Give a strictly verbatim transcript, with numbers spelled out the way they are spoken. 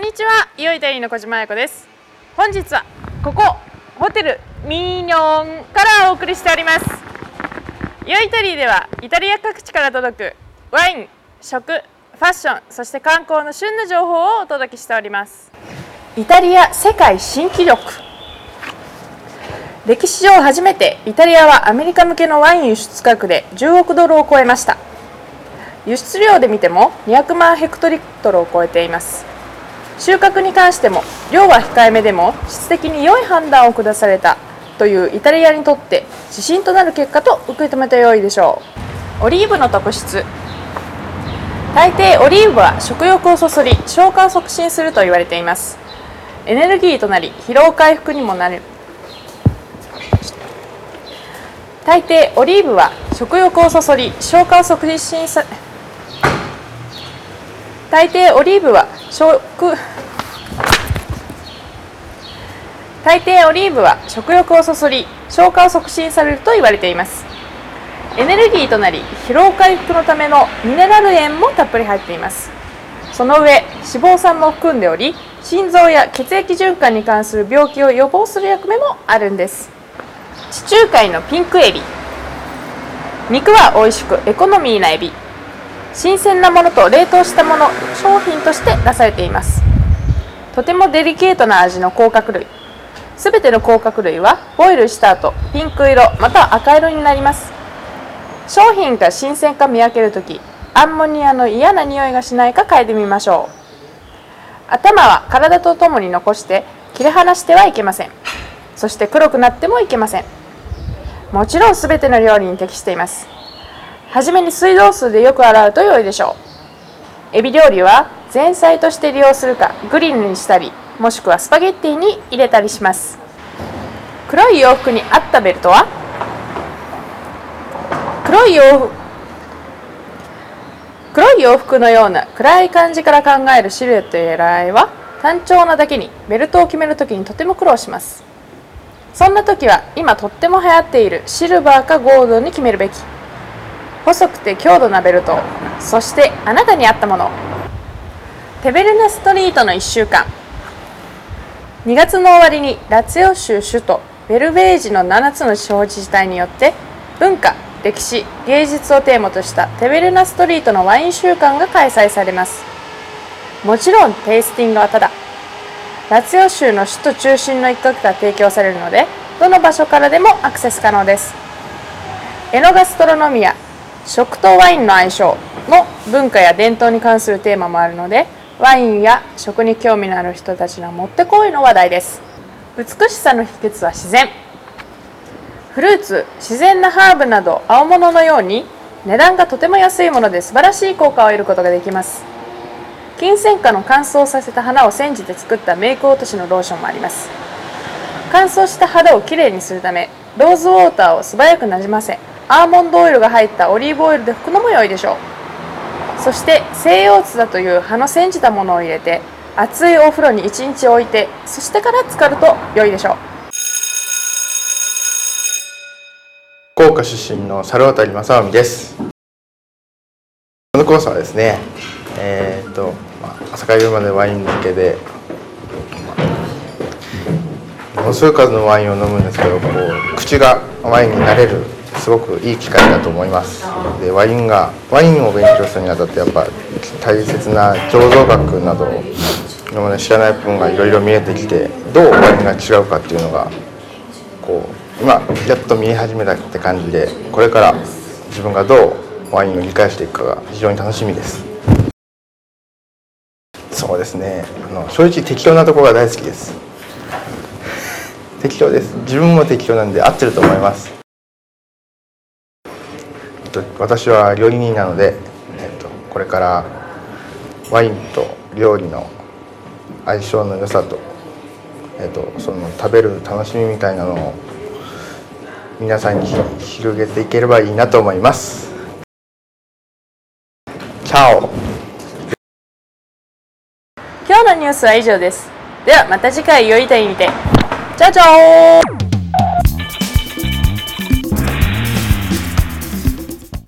にちは、イオイタリーの小島彩子です。本日はここホテルミーニョンからお送りしております。イオイタリーではイタリア各地から届くワイン、食、ファッション、そして観光の旬な情報をお届けしております。イタリア世界新記録。歴史上初めてイタリアはアメリカ向けのワイン輸出額でじゅうおくドルを超えました。輸出量で見てもにひゃくまんヘクトリトルを超えています。収穫に関しても量は控えめでも質的に良い判断を下されたというイタリアにとって自信となる結果と受け止めてよいでしょう。オリーブの特質。大抵オリーブは食欲をそそり消化を促進すると言われています。エネルギーとなり疲労回復にもなる。大抵オリーブは食欲をそそり消化を促進さ大抵オリーブは食大抵オリーブは食欲をそそり消化を促進されると言われています。エネルギーとなり疲労回復のためのミネラル塩もたっぷり入っています。その上脂肪酸も含んでおり、心臓や血液循環に関する病気を予防する役目もあるんです。地中海のピンクエビ。肉は美味しくエコノミーなエビ。新鮮なものと冷凍したもの、商品として出されています。とてもデリケートな味の甲殻類。すべての甲殻類はボイルした後ピンク色または赤色になります。商品が新鮮か見分けるとき、アンモニアの嫌な匂いがしないか嗅いでみましょう。頭は体とともに残して切り離してはいけません。そして黒くなってもいけません。もちろんすべての料理に適しています。はじめに水道水でよく洗うと良いでしょう。エビ料理は前菜として利用するかグリルにしたり、もしくはスパゲッティに入れたりします。黒い洋服に合ったベルトは黒い洋服黒い洋服のような暗い感じから考えるシルエットや色合いは単調なだけにベルトを決めるときにとても苦労します。そんな時は今とっても流行っているシルバーかゴールドに決めるべき。細くて強度なベルト、そしてあなたに合ったもの。テベルネストリートのいっしゅうかん。にがつの終わりにラツィオ州首都ベルベージのななつの地方自治体によって文化、歴史、芸術をテーマとしたテベルナストリートのワイン週間が開催されます。もちろんテイスティングはただ。ラツィオ州の首都中心の一角が提供されるので、どの場所からでもアクセス可能です。エノガストロノミア、食とワインの相性の文化や伝統に関するテーマもあるので、ワインや食に興味のある人たちのもってこいの話題です。美しさの秘訣は自然。フルーツ、自然なハーブなど青物のように値段がとても安いもので素晴らしい効果を得ることができます。キンセンカの乾燥させた花を煎じて作ったメイク落としのローションもあります。乾燥した肌をきれいにするためローズウォーターを素早くなじませ、アーモンドオイルが入ったオリーブオイルで拭くのも良いでしょう。そして西洋ツだという葉の煎じたものを入れて熱いお風呂にいちにち置いて、そしてから浸かると良いでしょう。 福岡出身の猿渡正臣です。このコースはですね、えー、っと朝から夜までワイン漬けで、ものすごい数のワインを飲むんですけど、こう口がワインになれるすごくいい機会だと思います。でワインがワインを勉強するにあたってやっぱ大切な醸造学などの、ね、知らない部分がいろいろ見えてきて、どうワインが違うかっていうのがこう今やっと見え始めたって感じで、これから自分がどうワインを理解していくかが非常に楽しみです。そうですね、あの正直適当なところが大好きです。適当です。自分も適当なんで合ってると思います。私は料理人なので、えっと、これからワインと料理の相性の良さと、えっと、その食べる楽しみみたいなのを皆さんに広げていければいいなと思います。チャオ。 今日のニュースは以上です。ではまた次回よいたいにて。チャオチャオ。